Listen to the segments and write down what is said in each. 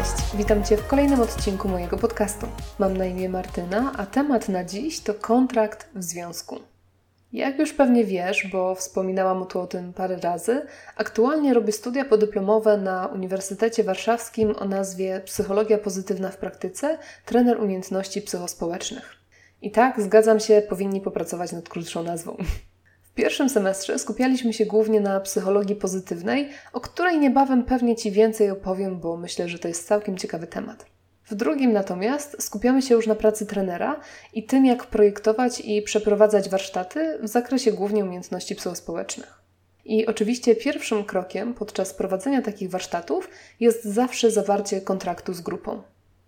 Cześć, witam Cię w kolejnym odcinku mojego podcastu. Mam na imię Martyna, a temat na dziś to kontrakt w związku. Jak już pewnie wiesz, bo wspominałam tu o tym parę razy, aktualnie robię studia podyplomowe na Uniwersytecie Warszawskim o nazwie Psychologia pozytywna w praktyce, trener umiejętności psychospołecznych. I tak, zgadzam się, powinni popracować nad krótszą nazwą. W pierwszym semestrze skupialiśmy się głównie na psychologii pozytywnej, o której niebawem pewnie Ci więcej opowiem, bo myślę, że to jest całkiem ciekawy temat. W drugim natomiast skupiamy się już na pracy trenera i tym, jak projektować i przeprowadzać warsztaty w zakresie głównie umiejętności psychospołecznych. I oczywiście pierwszym krokiem podczas prowadzenia takich warsztatów jest zawsze zawarcie kontraktu z grupą.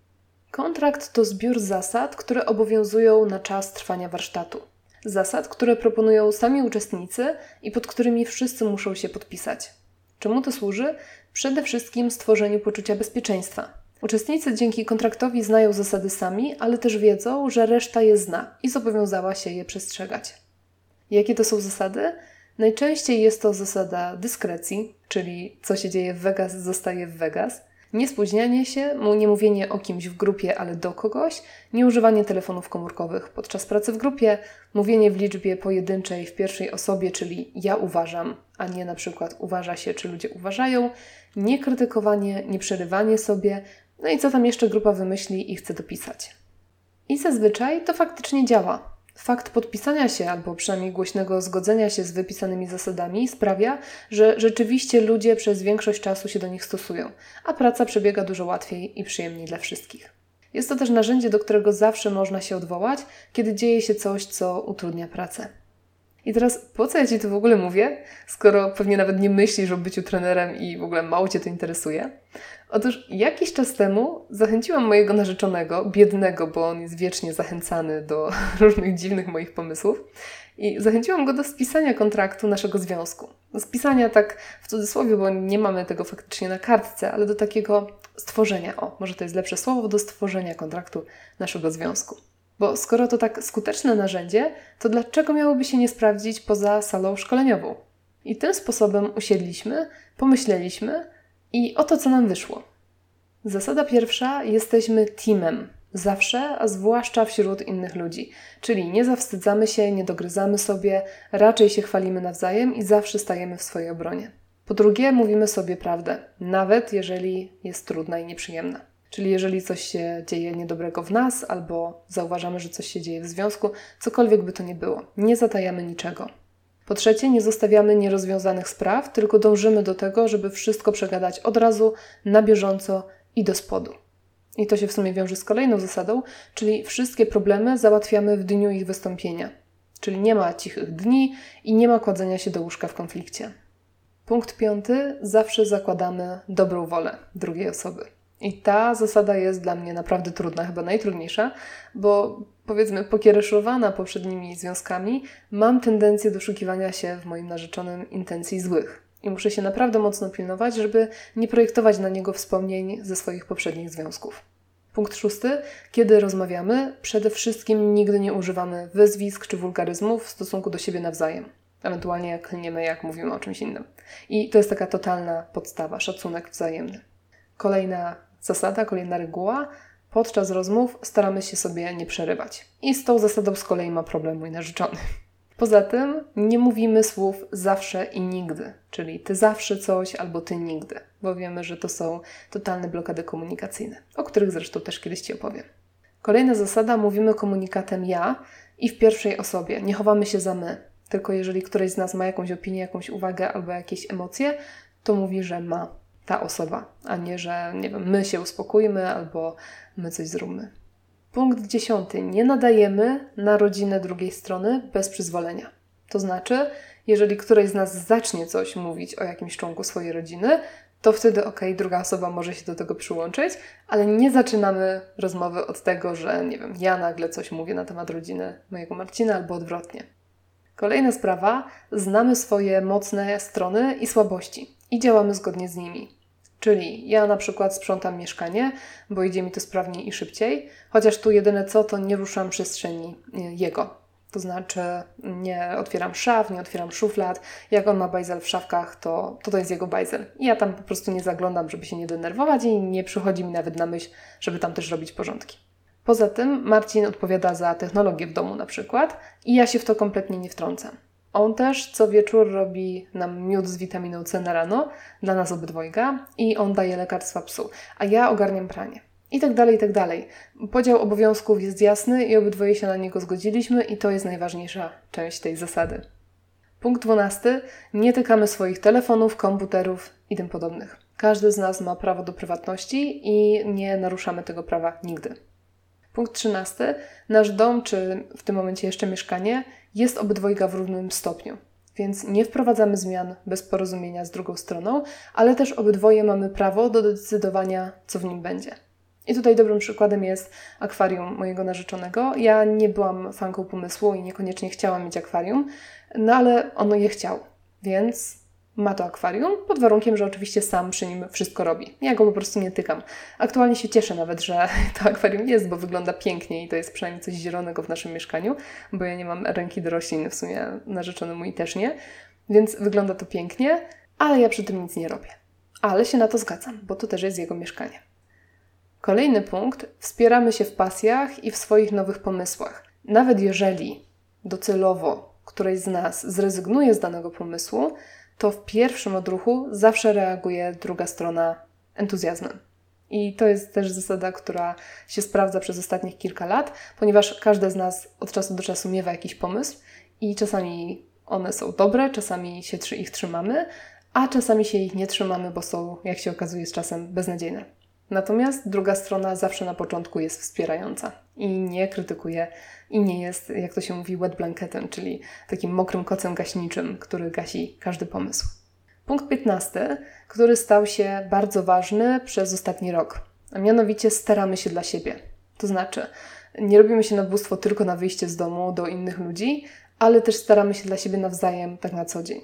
Kontrakt to zbiór zasad, które obowiązują na czas trwania warsztatu. Zasad, które proponują sami uczestnicy i pod którymi wszyscy muszą się podpisać. Czemu to służy? Przede wszystkim stworzeniu poczucia bezpieczeństwa. Uczestnicy dzięki kontraktowi znają zasady sami, ale też wiedzą, że reszta je zna i zobowiązała się je przestrzegać. Jakie to są zasady? Najczęściej jest to zasada dyskrecji, czyli co się dzieje w Vegas, zostaje w Vegas. Niespóźnianie się, nie mówienie o kimś w grupie, ale do kogoś, nieużywanie telefonów komórkowych podczas pracy w grupie, mówienie w liczbie pojedynczej w pierwszej osobie, czyli ja uważam, a nie na przykład uważa się, czy ludzie uważają, niekrytykowanie, nieprzerywanie sobie, no i co tam jeszcze grupa wymyśli i chce dopisać. I zazwyczaj to faktycznie działa. Fakt podpisania się albo przynajmniej głośnego zgodzenia się z wypisanymi zasadami sprawia, że rzeczywiście ludzie przez większość czasu się do nich stosują, a praca przebiega dużo łatwiej i przyjemniej dla wszystkich. Jest to też narzędzie, do którego zawsze można się odwołać, kiedy dzieje się coś, co utrudnia pracę. I teraz po co ja Ci to w ogóle mówię, skoro pewnie nawet nie myślisz o byciu trenerem i w ogóle mało Cię to interesuje? Otóż jakiś czas temu zachęciłam mojego narzeczonego, biednego, bo on jest wiecznie zachęcany do różnych dziwnych moich pomysłów, i zachęciłam go do spisania kontraktu naszego związku. Spisania tak w cudzysłowie, bo nie mamy tego faktycznie na kartce, ale do takiego stworzenia, może to jest lepsze słowo, do stworzenia kontraktu naszego związku. Bo skoro to tak skuteczne narzędzie, to dlaczego miałoby się nie sprawdzić poza salą szkoleniową? I tym sposobem usiedliśmy, pomyśleliśmy i oto co nam wyszło. Zasada pierwsza: jesteśmy teamem. Zawsze, a zwłaszcza wśród innych ludzi. Czyli nie zawstydzamy się, nie dogryzamy sobie, raczej się chwalimy nawzajem i zawsze stajemy w swojej obronie. Po drugie, mówimy sobie prawdę, nawet jeżeli jest trudna i nieprzyjemna. Czyli jeżeli coś się dzieje niedobrego w nas, albo zauważamy, że coś się dzieje w związku, cokolwiek by to nie było, nie zatajamy niczego. Po trzecie, nie zostawiamy nierozwiązanych spraw, tylko dążymy do tego, żeby wszystko przegadać od razu, na bieżąco i do spodu. I to się w sumie wiąże z kolejną zasadą, czyli wszystkie problemy załatwiamy w dniu ich wystąpienia. Czyli nie ma cichych dni i nie ma kładzenia się do łóżka w konflikcie. Punkt 5. Zawsze zakładamy dobrą wolę drugiej osoby. I ta zasada jest dla mnie naprawdę trudna, chyba najtrudniejsza, bo powiedzmy pokiereszowana poprzednimi związkami, mam tendencję do szukiwania się w moim narzeczonym intencji złych. I muszę się naprawdę mocno pilnować, żeby nie projektować na niego wspomnień ze swoich poprzednich związków. Punkt 6. Kiedy rozmawiamy, przede wszystkim nigdy nie używamy wyzwisk czy wulgaryzmów w stosunku do siebie nawzajem. Ewentualnie jak klniemy, jak mówimy o czymś innym. I to jest taka totalna podstawa, szacunek wzajemny. Kolejna zasada, kolejna reguła: podczas rozmów staramy się sobie nie przerywać. I z tą zasadą z kolei ma problem mój narzeczony. Poza tym nie mówimy słów zawsze i nigdy, czyli ty zawsze coś albo ty nigdy, bo wiemy, że to są totalne blokady komunikacyjne, o których zresztą też kiedyś Ci opowiem. Kolejna zasada: mówimy komunikatem ja i w pierwszej osobie, nie chowamy się za my, tylko jeżeli któreś z nas ma jakąś opinię, jakąś uwagę albo jakieś emocje, to mówi, że ma ta osoba, a nie, że my się uspokójmy albo my coś zróbmy. Punkt 10. Nie nadajemy na rodzinę drugiej strony bez przyzwolenia. To znaczy, jeżeli któreś z nas zacznie coś mówić o jakimś członku swojej rodziny, to wtedy druga osoba może się do tego przyłączyć, ale nie zaczynamy rozmowy od tego, że ja nagle coś mówię na temat rodziny mojego Marcina albo odwrotnie. Kolejna sprawa: znamy swoje mocne strony i słabości i działamy zgodnie z nimi. Czyli ja na przykład sprzątam mieszkanie, bo idzie mi to sprawniej i szybciej, chociaż tu jedyne co, to nie ruszam przestrzeni jego. To znaczy nie otwieram szaf, nie otwieram szuflad. Jak on ma bajzel w szafkach, to jest jego bajzel. I ja tam po prostu nie zaglądam, żeby się nie denerwować i nie przychodzi mi nawet na myśl, żeby tam też robić porządki. Poza tym Marcin odpowiada za technologię w domu na przykład i ja się w to kompletnie nie wtrącam. On też co wieczór robi nam miód z witaminą C na rano, dla nas obydwojga, i on daje lekarstwa psu, a ja ogarniam pranie. I tak dalej, i tak dalej. Podział obowiązków jest jasny i obydwoje się na niego zgodziliśmy i to jest najważniejsza część tej zasady. Punkt 12. Nie tykamy swoich telefonów, komputerów i tym podobnych. Każdy z nas ma prawo do prywatności i nie naruszamy tego prawa nigdy. Punkt 13. Nasz dom, czy w tym momencie jeszcze mieszkanie, jest obydwojga w równym stopniu. Więc nie wprowadzamy zmian bez porozumienia z drugą stroną, ale też obydwoje mamy prawo do decydowania, co w nim będzie. I tutaj dobrym przykładem jest akwarium mojego narzeczonego. Ja nie byłam fanką pomysłu i niekoniecznie chciałam mieć akwarium, no ale on je chciał, więc ma to akwarium, pod warunkiem, że oczywiście sam przy nim wszystko robi. Ja go po prostu nie tykam. Aktualnie się cieszę nawet, że to akwarium jest, bo wygląda pięknie i to jest przynajmniej coś zielonego w naszym mieszkaniu, bo ja nie mam ręki do roślin, w sumie narzeczony mój też nie, więc wygląda to pięknie, ale ja przy tym nic nie robię. Ale się na to zgadzam, bo to też jest jego mieszkanie. Kolejny punkt. Wspieramy się w pasjach i w swoich nowych pomysłach. Nawet jeżeli docelowo któreś z nas zrezygnuje z danego pomysłu, to w pierwszym odruchu zawsze reaguje druga strona entuzjazmem. I to jest też zasada, która się sprawdza przez ostatnich kilka lat, ponieważ każdy z nas od czasu do czasu miewa jakiś pomysł i czasami one są dobre, czasami się ich trzymamy, a czasami się ich nie trzymamy, bo są, jak się okazuje, z czasem beznadziejne. Natomiast druga strona zawsze na początku jest wspierająca i nie krytykuje i nie jest, jak to się mówi, wet blanketem, czyli takim mokrym kocem gaśniczym, który gasi każdy pomysł. Punkt 15, który stał się bardzo ważny przez ostatni rok, a mianowicie staramy się dla siebie. To znaczy, nie robimy się na bóstwo tylko na wyjście z domu do innych ludzi, ale też staramy się dla siebie nawzajem tak na co dzień.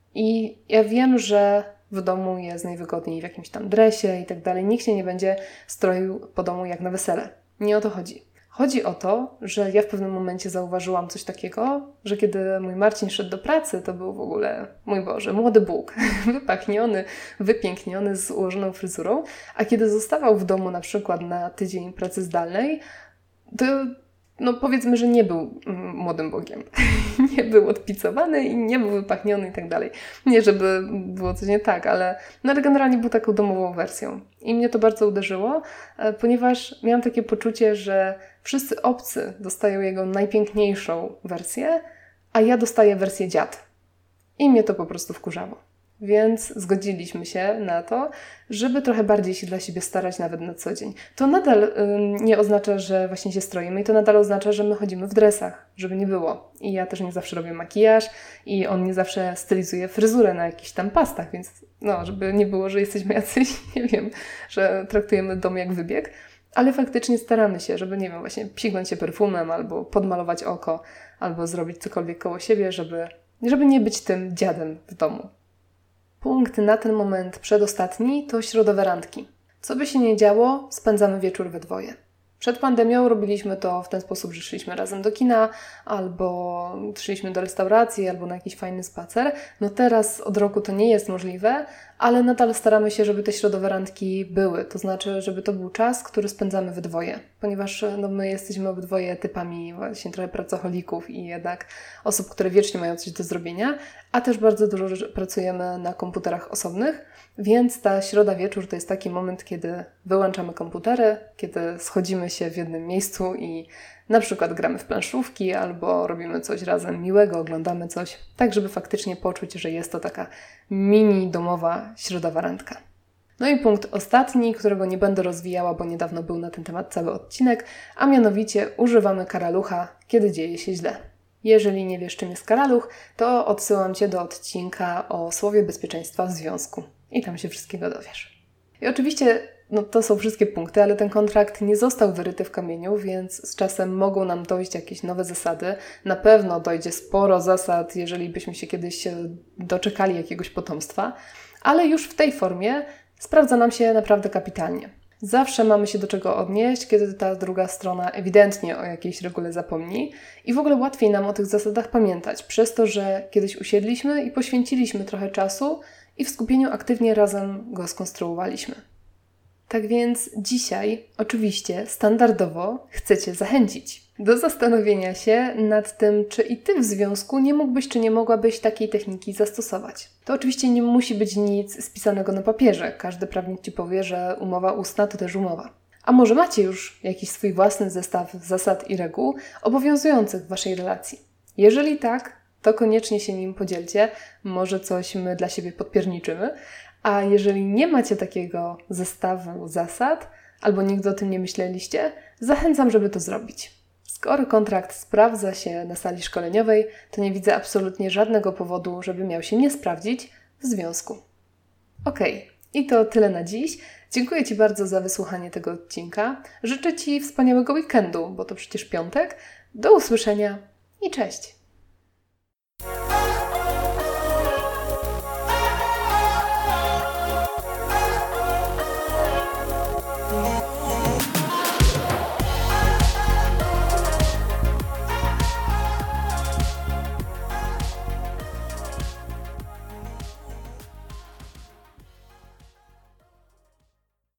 I ja wiem, że w domu jest najwygodniej w jakimś tam dresie i tak dalej. Nikt się nie będzie stroił po domu jak na wesele. Nie o to chodzi. Chodzi o to, że ja w pewnym momencie zauważyłam coś takiego, że kiedy mój Marcin szedł do pracy, to był w ogóle, mój Boże, młody Bóg, wypachniony, wypiękniony, z ułożoną fryzurą, a kiedy zostawał w domu na przykład na tydzień pracy zdalnej, to powiedzmy, że nie był młodym Bogiem. Nie był odpicowany i nie był wypachniony i tak dalej. Nie, żeby było coś nie tak, ale generalnie był taką domową wersją. I mnie to bardzo uderzyło, ponieważ miałam takie poczucie, że wszyscy obcy dostają jego najpiękniejszą wersję, a ja dostaję wersję dziad. I mnie to po prostu wkurzało. Więc zgodziliśmy się na to, żeby trochę bardziej się dla siebie starać nawet na co dzień. To nadal nie oznacza, że właśnie się stroimy i to nadal oznacza, że my chodzimy w dresach, żeby nie było. I ja też nie zawsze robię makijaż i on nie zawsze stylizuje fryzurę na jakichś tam pastach, więc żeby nie było, że jesteśmy jacyś, nie wiem, że traktujemy dom jak wybieg, ale faktycznie staramy się, żeby, nie wiem, właśnie psiknąć się perfumem albo podmalować oko, albo zrobić cokolwiek koło siebie, żeby nie być tym dziadem w domu. Punkt na ten moment przedostatni to środowe randki. Co by się nie działo, spędzamy wieczór we dwoje. Przed pandemią robiliśmy to w ten sposób, że szliśmy razem do kina, albo szliśmy do restauracji, albo na jakiś fajny spacer. Teraz od roku to nie jest możliwe, ale nadal staramy się, żeby te środowe randki były. To znaczy, żeby to był czas, który spędzamy we dwoje. Ponieważ my jesteśmy obydwoje typami właśnie trochę pracocholików i jednak osób, które wiecznie mają coś do zrobienia, a też bardzo dużo pracujemy na komputerach osobnych, więc ta środa wieczór to jest taki moment, kiedy wyłączamy komputery, kiedy schodzimy się w jednym miejscu i na przykład gramy w planszówki albo robimy coś razem miłego, oglądamy coś, tak żeby faktycznie poczuć, że jest to taka mini domowa środowa randka. No i punkt ostatni, którego nie będę rozwijała, bo niedawno był na ten temat cały odcinek, a mianowicie używamy karalucha, kiedy dzieje się źle. Jeżeli nie wiesz, czym jest karaluch, to odsyłam Cię do odcinka o słowie bezpieczeństwa w związku i tam się wszystkiego dowiesz. I oczywiście to są wszystkie punkty, ale ten kontrakt nie został wyryty w kamieniu, więc z czasem mogą nam dojść jakieś nowe zasady. Na pewno dojdzie sporo zasad, jeżeli byśmy się kiedyś doczekali jakiegoś potomstwa, ale już w tej formie sprawdza nam się naprawdę kapitalnie. Zawsze mamy się do czego odnieść, kiedy ta druga strona ewidentnie o jakiejś regule zapomni i w ogóle łatwiej nam o tych zasadach pamiętać, przez to, że kiedyś usiedliśmy i poświęciliśmy trochę czasu i w skupieniu aktywnie razem go skonstruowaliśmy. Tak więc dzisiaj, oczywiście, standardowo chcę Cię zachęcić do zastanowienia się nad tym, czy i Ty w związku nie mógłbyś, czy nie mogłabyś takiej techniki zastosować. To oczywiście nie musi być nic spisanego na papierze. Każdy prawnik Ci powie, że umowa ustna to też umowa. A może macie już jakiś swój własny zestaw zasad i reguł obowiązujących w Waszej relacji? Jeżeli tak, to koniecznie się nim podzielcie. Może coś my dla siebie podpierniczymy. A jeżeli nie macie takiego zestawu zasad, albo nigdy o tym nie myśleliście, zachęcam, żeby to zrobić. Skoro kontrakt sprawdza się na sali szkoleniowej, to nie widzę absolutnie żadnego powodu, żeby miał się nie sprawdzić w związku. Okej, i to tyle na dziś. Dziękuję Ci bardzo za wysłuchanie tego odcinka. Życzę Ci wspaniałego weekendu, bo to przecież piątek. Do usłyszenia i cześć!